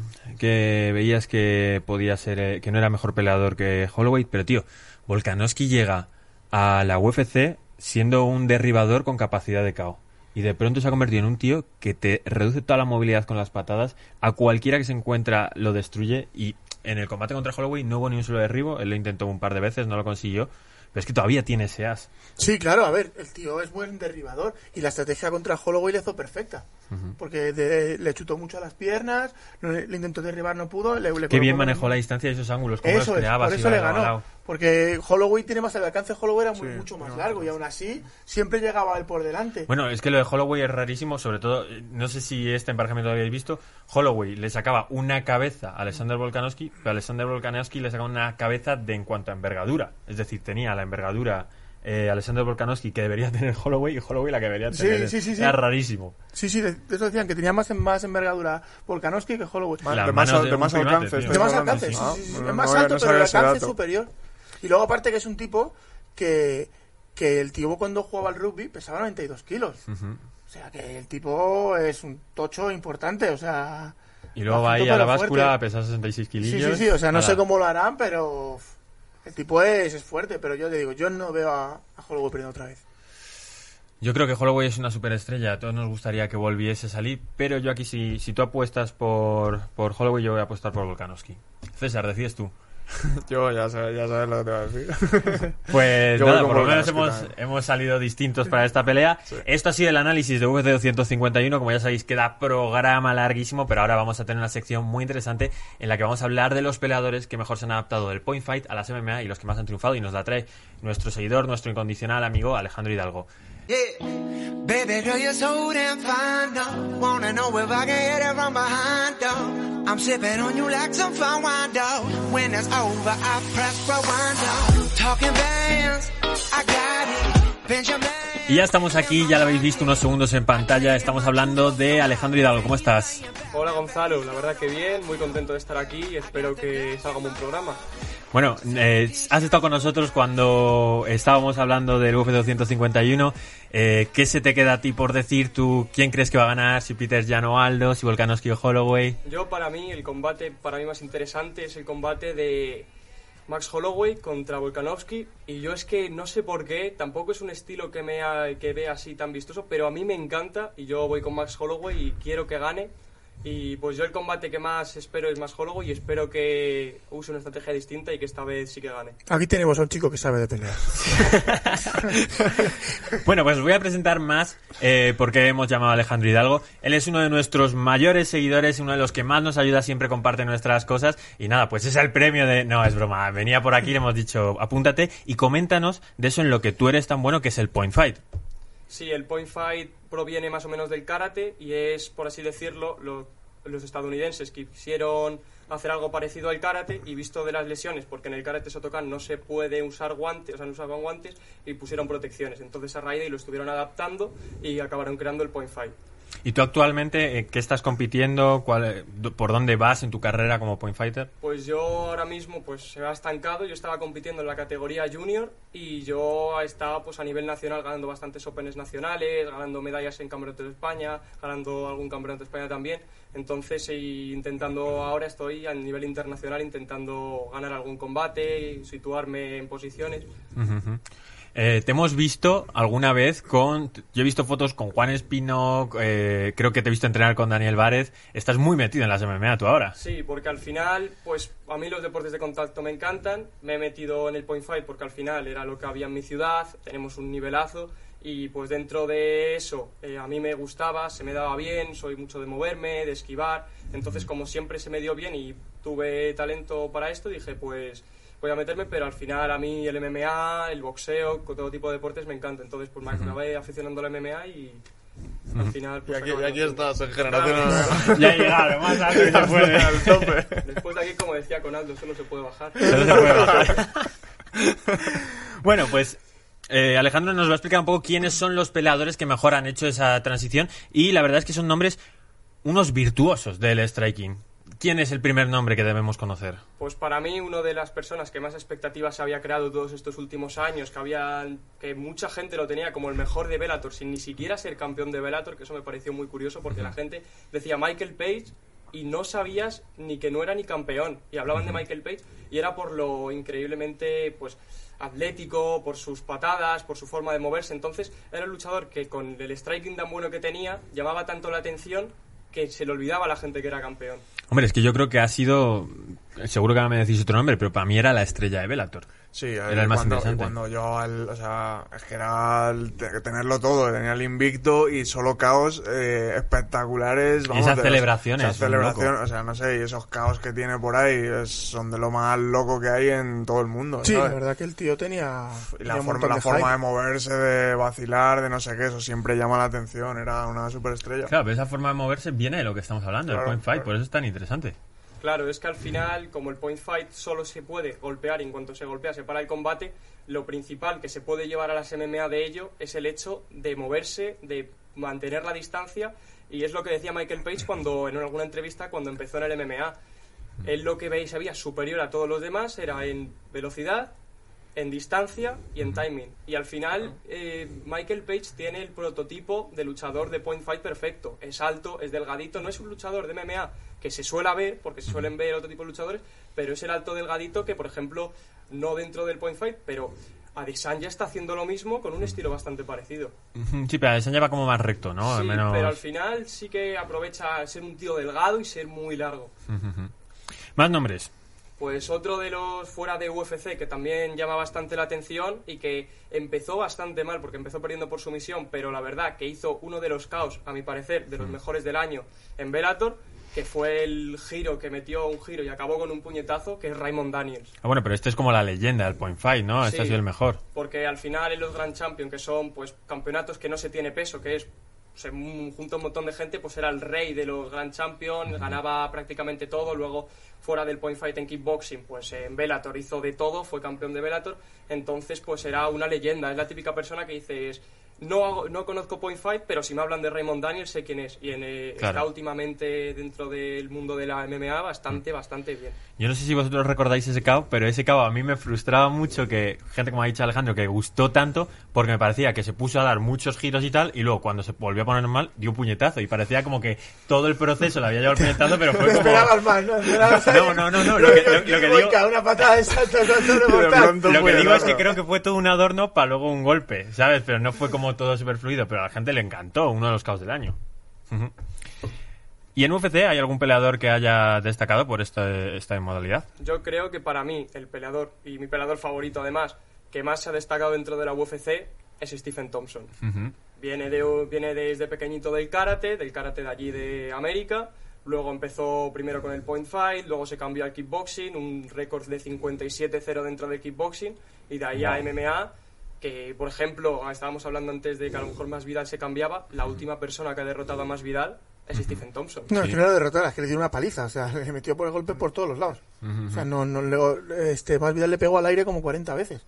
que veías que podía ser, que no era mejor peleador que Holloway, pero tío, Volkanovski llega a la U F C siendo un derribador con capacidad de K O. Y de pronto se ha convertido en un tío que te reduce toda la movilidad con las patadas. A cualquiera que se encuentra lo destruye. Y en el combate contra Holloway no hubo ni un solo derribo. Él lo intentó un par de veces, no lo consiguió. Pero es que todavía tiene ese as. Sí, claro, a ver, el tío es buen derribador. Y la estrategia contra Holloway le hizo perfecta. Uh-huh. Porque de, le chutó mucho a las piernas, no, le, le intentó derribar, no pudo. Le, le Qué bien manejó la distancia de esos ángulos. Cómo eso los creaba, es, por eso le ganó. Balado. Porque Holloway tiene más el alcance, Holloway era muy, sí, mucho más no, largo. No. Y aún así, siempre llegaba él por delante. Bueno, es que lo de Holloway es rarísimo. Sobre todo, no sé si este emparejamiento lo habéis visto. Holloway le sacaba una cabeza a Alexander Volkanovski, pero Alexander Volkanovski le sacaba una cabeza de en cuanto a envergadura. Es decir, tenía la envergadura eh, Alexander Volkanovski que debería tener Holloway y Holloway la que debería tener. Sí, sí, sí, era sí. rarísimo. Sí, sí, de, de eso decían que tenía más, más envergadura Volkanovski que Holloway. De, de, más, de, de más alcance. De más alcance, sí, sí, sí, sí. Es más alto, pero el alcance es superior. Y luego aparte que es un tipo que, que el tío cuando jugaba al rugby pesaba noventa y dos kilos. Uh-huh. O sea que el tipo es un tocho importante, o sea... Y luego va ahí a la báscula a pesar sesenta y seis kilillos. Sí, sí, sí, o sea, no sé cómo lo harán, pero el tipo es, es fuerte, pero yo te digo, yo no veo a, a Holloway perdiendo otra vez. Yo creo que Holloway es una superestrella, a todos nos gustaría que volviese a salir, pero yo aquí si, si tú apuestas por, por Holloway, yo voy a apostar por Volkanovski. César, decides tú. Yo ya sabes, ya sabes lo que te voy a decir. Pues yo nada, por lo menos hemos, hemos salido distintos para esta pelea. Sí. Esto ha sido el análisis de U F C doscientos cincuenta y uno. Como ya sabéis, queda programa larguísimo, pero ahora vamos a tener una sección muy interesante en la que vamos a hablar de los peleadores que mejor se han adaptado del point fight a las M M A y los que más han triunfado, y nos la trae nuestro seguidor, nuestro incondicional amigo Alejandro Hidalgo. Yeah. Baby girl, you're so damn fine, no. Wanna know if I can hit it from behind, though. I'm sipping on you like some fine wine, though. When it's over, I press rewind, though. Talking bands, I got it. Benjamin. Y ya estamos aquí, ya lo habéis visto unos segundos en pantalla. Estamos hablando de Alejandro Hidalgo. ¿Cómo estás? Hola Gonzalo, la verdad que bien, muy contento de estar aquí y espero que salga un buen programa. Bueno, eh, has estado con nosotros cuando estábamos hablando del U F C doscientos cincuenta y uno. Eh, ¿Qué se te queda a ti por decir? ¿Tú quién crees que va a ganar? ¿Si Peter Yan o Aldo? ¿Si Volkanovski o Holloway? Yo, para mí, el combate para mí más interesante es el combate de Max Holloway contra Volkanovski. Y yo es que no sé por qué, tampoco es un estilo que me ha, que vea así tan vistoso, pero a mí me encanta y yo voy con Max Holloway y quiero que gane. Y pues yo el combate que más espero es Max Holloway y espero que use una estrategia distinta y que esta vez sí que gane. Aquí tenemos a un chico que sabe de pelear. Bueno, pues os voy a presentar más eh, porque hemos llamado a Alejandro Hidalgo. Él es uno de nuestros mayores seguidores, uno de los que más nos ayuda, siempre comparte nuestras cosas. Y nada, pues es el premio de... No, es broma. Venía por aquí, le hemos dicho, apúntate y coméntanos de eso en lo que tú eres tan bueno, que es el Point Fight. Sí, el Point Fight proviene más o menos del karate y es, por así decirlo, lo, los estadounidenses que quisieron hacer algo parecido al karate y visto de las lesiones, porque en el karate Shotokan no se puede usar guantes, o sea, no usaban guantes y pusieron protecciones. Entonces a raíz de ahí lo estuvieron adaptando y acabaron creando el Point Fight. ¿Y tú actualmente eh, qué estás compitiendo? ¿Cuál, ¿Por dónde vas en tu carrera como Point Fighter? Pues yo ahora mismo pues se ha estancado. Yo estaba compitiendo en la categoría junior y yo estaba pues a nivel nacional ganando bastantes Opens nacionales, ganando medallas en Campeonato de España, ganando algún Campeonato de España también. Entonces y intentando ahora estoy a nivel internacional intentando ganar algún combate y situarme en posiciones. Uh-huh. Eh, te hemos visto alguna vez con... Yo he visto fotos con Juan Espino, eh, creo que te he visto entrenar con Daniel Várez. Estás muy metido en las M M A tú ahora. Sí, porque al final, pues a mí los deportes de contacto me encantan. Me he metido en el Point Fight porque al final era lo que había en mi ciudad, tenemos un nivelazo y pues dentro de eso eh, a mí me gustaba, se me daba bien, soy mucho de moverme, de esquivar. Entonces como siempre se me dio bien y tuve talento para esto, dije pues... voy a meterme, pero al final a mí el M M A, el boxeo, con todo tipo de deportes me encanta. Entonces pues me acabé aficionando al M M A y al final... Pues, y aquí, y aquí estás, en generación M M A. Ya he llegado, más alto que se puede. Al tope. Después de aquí, como decía Conaldo, eso no se puede bajar. Eso se puede bajar. Bueno, pues... Eh, Alejandro nos va a explicar un poco quiénes son los peleadores que mejor han hecho esa transición y la verdad es que son nombres unos virtuosos del striking. ¿Quién es el primer nombre que debemos conocer? Pues para mí, una de las personas que más expectativas había creado todos estos últimos años, que había que mucha gente lo tenía como el mejor de Bellator, sin ni siquiera ser campeón de Bellator, que eso me pareció muy curioso, porque uh-huh. la gente decía Michael Page y no sabías ni que no era ni campeón. Y hablaban uh-huh. de Michael Page y era por lo increíblemente pues atlético, por sus patadas, por su forma de moverse. Entonces era un luchador que con el striking tan bueno que tenía, llamaba tanto la atención que se le olvidaba a la gente que era campeón. Hombre, es que yo creo que ha sido... Seguro que ahora me decís otro nombre, pero para mí era la estrella de Bellator. Sí, era el más cuando, interesante. Cuando yo, el, o sea, es que era el, tenerlo todo, tenía el invicto y solo caos eh, espectaculares. Vamos, y esas de, celebraciones. Esas celebraciones, o sea, no sé, y esos caos que tiene por ahí es, son de lo más loco que hay en todo el mundo. Sí, ¿sabes? la verdad que el tío tenía. Y la, forma, la de forma de moverse, de vacilar, de no sé qué, eso siempre llama la atención, era una superestrella. Claro, pero esa forma de moverse viene de lo que estamos hablando, claro, el Point Fight, claro. por eso es tan interesante. Claro, es que al final, como el Point Fight solo se puede golpear y en cuanto se golpea se para el combate, lo principal que se puede llevar a las M M A de ello es el hecho de moverse, de mantener la distancia, y es lo que decía Michael Page cuando en alguna entrevista cuando empezó en el M M A. Él lo que veis había superior a todos los demás era en velocidad, en distancia y en timing. Y al final eh, Michael Page tiene el prototipo de luchador de Point Fight perfecto. Es alto, es delgadito, no es un luchador de M M A que se suele ver, porque se suelen ver otro tipo de luchadores, pero es el alto delgadito que, por ejemplo, no dentro del Point Fight, pero Adesanya está haciendo lo mismo con un estilo bastante parecido. Sí, pero Adesanya va como más recto, ¿no? Sí, al menos... pero al final sí que aprovecha ser un tío delgado y ser muy largo. Uh-huh. Más nombres. Pues otro de los fuera de U F C que también llama bastante la atención y que empezó bastante mal porque empezó perdiendo por sumisión, pero la verdad que hizo uno de los caos, a mi parecer, de los mejores del año en Bellator, que fue el giro que metió un giro y acabó con un puñetazo, que es Raymond Daniels. Ah, bueno, pero este es como la leyenda del Point Fight, ¿no? Este sí, ha sido el mejor. Porque al final en los Grand Champion, que son pues campeonatos que no se tiene peso, que es se junta un montón de gente, pues era el rey de los Grand Champion, uh-huh. ganaba prácticamente todo, luego fuera del Point Fight en kickboxing, pues en Bellator hizo de todo, fue campeón de Bellator, entonces pues era una leyenda, es la típica persona que dices, no hago, no conozco Point Fight, pero si me hablan de Raymond Daniels sé quién es, y en, eh, claro. está últimamente dentro del mundo de la M M A bastante, bastante bien. Yo no sé si vosotros recordáis ese K O, pero ese K O a mí me frustraba mucho que, gente como ha dicho Alejandro, que gustó tanto, porque me parecía que se puso a dar muchos giros y tal, y luego cuando se volvió a poner normal, dio un puñetazo, y parecía como que todo el proceso lo había llevado el puñetazo, pero fue como... esperabas más, ¿no? Esperabas no, no, no, no, lo que, lo, lo que digo... Una patada de salto con Lo que digo es que creo que fue todo un adorno para luego un golpe, ¿sabes? Pero no fue como todo súper fluido, pero a la gente le encantó, uno de los K Os del año. Uh-huh. ¿Y en U F C hay algún peleador que haya destacado por esta, esta modalidad? Yo creo que para mí el peleador, y mi peleador favorito además, que más se ha destacado dentro de la U F C es Stephen Thompson. Uh-huh. Viene, de, viene desde pequeñito del karate, del karate de allí de América. Luego empezó primero con el point fight, luego se cambió al kickboxing, un récord de cincuenta y siete cero dentro del kickboxing, y de ahí a M M A, que por ejemplo, estábamos hablando antes de que a lo mejor Masvidal se cambiaba, la última persona que ha derrotado a Masvidal es Stephen Thompson. No, sí. es que no lo derrotó, es que le dio una paliza, o sea, le metió por el golpe por todos los lados. Uh-huh. O sea, no, no le, este, Masvidal le pegó al aire como cuarenta veces.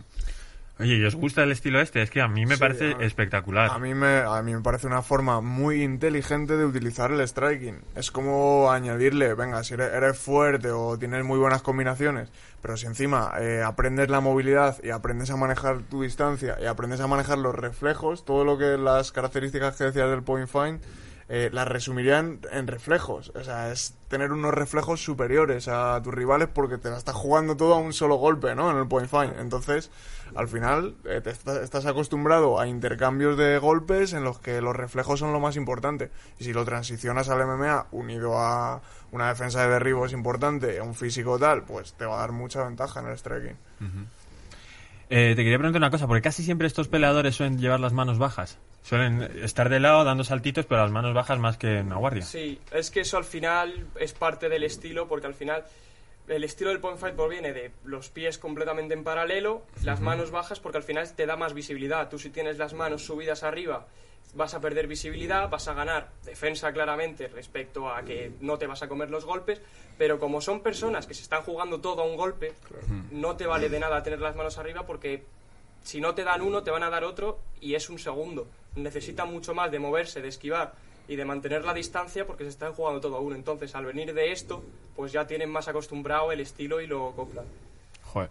Oye, ¿y os gusta el estilo este? Es que a mí me sí, parece a mí, espectacular. A mí, me, a mí me parece una forma muy inteligente de utilizar el striking. Es como añadirle, venga, si eres, eres fuerte o tienes muy buenas combinaciones, pero si encima eh, aprendes la movilidad y aprendes a manejar tu distancia y aprendes a manejar los reflejos, todo lo que las características que decías del point fight, eh, las resumirían en reflejos. O sea, es tener unos reflejos superiores a tus rivales porque te la estás jugando todo a un solo golpe, ¿no? En el point fight. Entonces, al final, eh, te estás, estás acostumbrado a intercambios de golpes en los que los reflejos son lo más importante. Y si lo transicionas al M M A unido a una defensa de derribos importante, a un físico tal, pues te va a dar mucha ventaja en el striking. Uh-huh. Eh, te quería preguntar una cosa, porque casi siempre estos peleadores suelen llevar las manos bajas. Suelen estar de lado dando saltitos, pero las manos bajas más que en una guardia. Sí, es que eso al final es parte del estilo, porque al final el estilo del point fight proviene de los pies completamente en paralelo, las uh-huh. manos bajas, porque al final te da más visibilidad. Tú si tienes las manos subidas arriba vas a perder visibilidad, vas a ganar defensa claramente respecto a que no te vas a comer los golpes, pero como son personas que se están jugando todo a un golpe, claro. no te vale de nada tener las manos arriba porque si no te dan uno te van a dar otro y es un segundo. Necesita mucho más de moverse, de esquivar y de mantener la distancia porque se están jugando todo a uno. Entonces al venir de esto pues ya tienen más acostumbrado el estilo y lo coplan. Joder.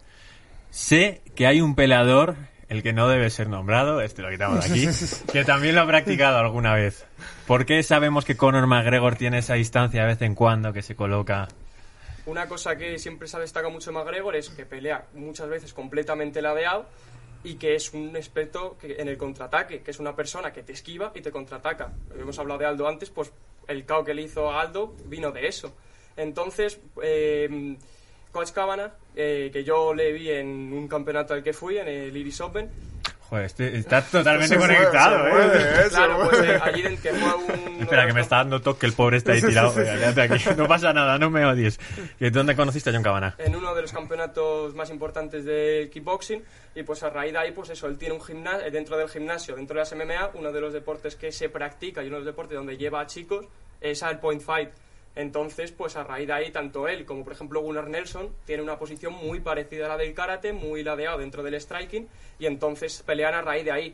Sé que hay un peleador, el que no debe ser nombrado, este lo quitamos de aquí, que también lo ha practicado alguna vez. ¿Por qué sabemos que Conor McGregor tiene esa distancia de vez en cuando que se coloca? Una cosa que siempre se ha destacado mucho McGregor es que pelea muchas veces completamente ladeado y que es un experto que, en el contraataque, que es una persona que te esquiva y te contraataca. Hemos hablado de Aldo antes, pues el K O que le hizo a Aldo vino de eso. Entonces, eh, Coach Cabana, eh, que yo le vi en un campeonato al que fui, en el Iris Open. Joder, este está totalmente conectado, puede, ¿eh? ¿eh? Claro, pues eh, allí en que fue un... Espera, que me está dando toque, el pobre está ahí tirado. Quédate aquí, no pasa nada, no me odies. ¿Dónde conociste a John Cabana? En uno de los campeonatos más importantes del kickboxing, y pues a raíz de ahí, pues eso, él tiene un gimnasio, dentro del gimnasio, dentro de las M M A, uno de los deportes que se practica y uno de los deportes donde lleva a chicos es al point fight. Entonces, pues a raíz de ahí, tanto él como por ejemplo Gunnar Nelson tiene una posición muy parecida a la del karate, muy ladeado dentro del striking, y entonces pelean a raíz de ahí.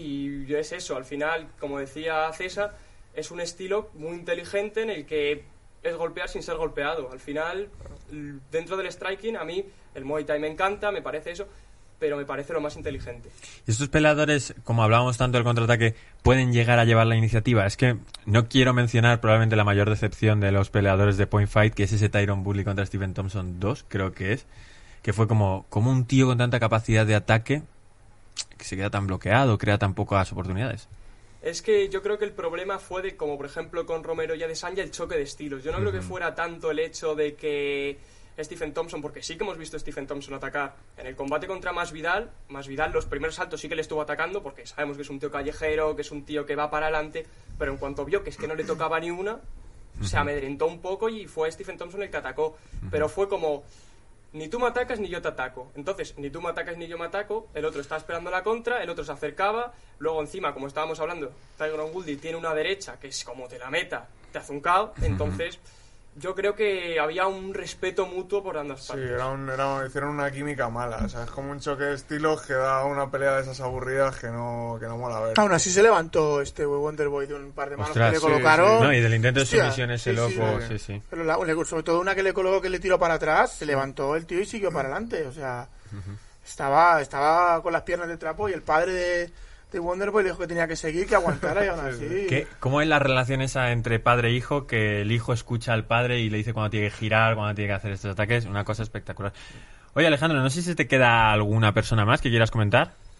Y es eso, al final, como decía César, es un estilo muy inteligente en el que es golpear sin ser golpeado. Al final, dentro del striking, a mí el Muay Thai me encanta, me parece eso, pero me parece lo más inteligente. Y estos peleadores, como hablábamos tanto del contraataque, pueden llegar a llevar la iniciativa. Es que no quiero mencionar probablemente la mayor decepción de los peleadores de Point Fight, que es ese Tyron Woodley contra Stephen Thompson dos, creo que es, que fue como, como un tío con tanta capacidad de ataque que se queda tan bloqueado, crea tan pocas oportunidades. Es que yo creo que el problema fue de, como por ejemplo con Romero y Adesanya, el choque de estilos. Yo no uh-huh. creo que fuera tanto el hecho de que Stephen Thompson, porque sí que hemos visto a Stephen Thompson atacar en el combate contra Masvidal. Masvidal los primeros saltos sí que le estuvo atacando porque sabemos que es un tío callejero, que es un tío que va para adelante, pero en cuanto vio que es que no le tocaba ni una, uh-huh. se amedrentó un poco y fue Stephen Thompson el que atacó. Uh-huh. Pero fue como, ni tú me atacas ni yo te ataco. Entonces, ni tú me atacas ni yo me ataco, el otro estaba esperando la contra, el otro se acercaba, luego encima, como estábamos hablando, Tyron Woodley tiene una derecha que es como te la meta, te hace un K O, entonces... Uh-huh. Yo creo que había un respeto mutuo por ambas partes. Sí, era un, era, hicieron una química mala. O sea, es como un choque de estilos que da una pelea de esas aburridas que no, que no mola ver. Aún así se levantó este Wonderboy de un par de manos. Ostras, que le sí, colocaron. Sí. No, y del intento de Hostia, sumisión ese sí, loco, sí, sí, sí. Pero la, sobre todo una que le colocó que le tiró para atrás, se levantó el tío y siguió para adelante. O sea, uh-huh. estaba, estaba con las piernas de trapo y el padre de... de Wonderboy le dijo que tenía que seguir, que aguantara y aún así... ¿Qué, ¿Cómo es la relación esa entre padre e hijo? Que el hijo escucha al padre y le dice cuando tiene que girar, cuando tiene que hacer estos ataques. Una cosa espectacular. Oye, Alejandro, no sé si te queda alguna persona más que quieras comentar.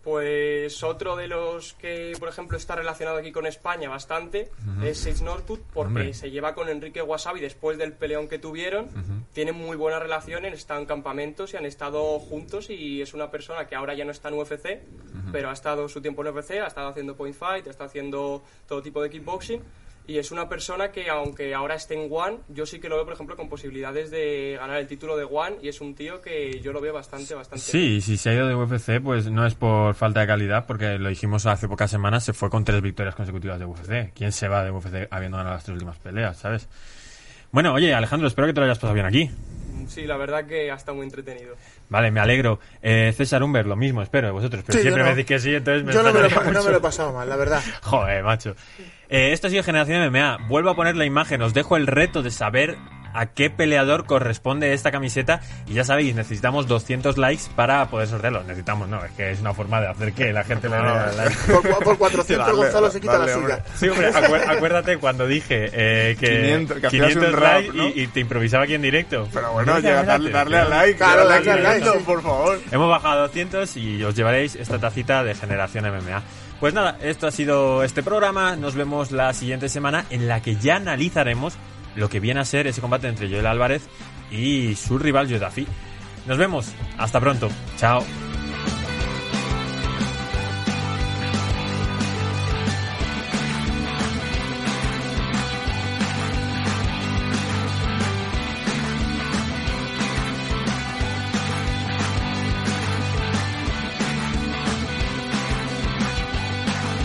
Pues otro de los que, por ejemplo, está relacionado aquí con España bastante uh-huh. es Sage Northwood, porque Hombre. se lleva con Enrique Wasabi después del peleón que tuvieron. Uh-huh. Tienen muy buena relación, están en campamentos y han estado juntos, y es una persona que ahora ya no está en U F C, uh-huh. pero ha estado su tiempo en U F C, ha estado haciendo point fight, está haciendo todo tipo de kickboxing. Y es una persona que, aunque ahora esté en One, yo sí que lo veo, por ejemplo, con posibilidades de ganar el título de One, y es un tío que yo lo veo bastante, bastante Sí, bien. Si se ha ido de U F C, pues no es por falta de calidad, porque lo dijimos hace pocas semanas, se fue con tres victorias consecutivas de U F C. ¿Quién se va de U F C habiendo ganado las tres últimas peleas, sabes? Bueno, oye, Alejandro, espero que te lo hayas pasado bien aquí. Sí, la verdad que ha estado muy entretenido. Vale, me alegro. Eh, César Humber, lo mismo, espero de vosotros. Pero sí, siempre no. me decís que sí, entonces me Yo no me, lo, mucho. no me lo he pasado mal, la verdad. Joder, macho. Eh, esto ha sido Generación M M A. Vuelvo a poner la imagen. Os dejo el reto de saber a qué peleador corresponde esta camiseta. Y ya sabéis, necesitamos doscientos likes para poder sortearlo. Necesitamos, no, es que es una forma de hacer que la gente le dé like. Por, por cuatrocientos dale, Gonzalo se quita dale, la suya. Sí, hombre, acuérdate, acuérdate cuando dije eh, que quinientos, que quinientos rap, likes, ¿no? y, y te improvisaba aquí en directo. Pero bueno, llega, darle, darle a like, claro, darle darle like, like, por favor. Hemos bajado a doscientos y os llevaréis esta tacita de Generación M M A. Pues nada, esto ha sido este programa. Nos vemos la siguiente semana, en la que ya analizaremos lo que viene a ser ese combate entre Joel Álvarez y su rival Joe Duffy. Nos vemos, hasta pronto, chao.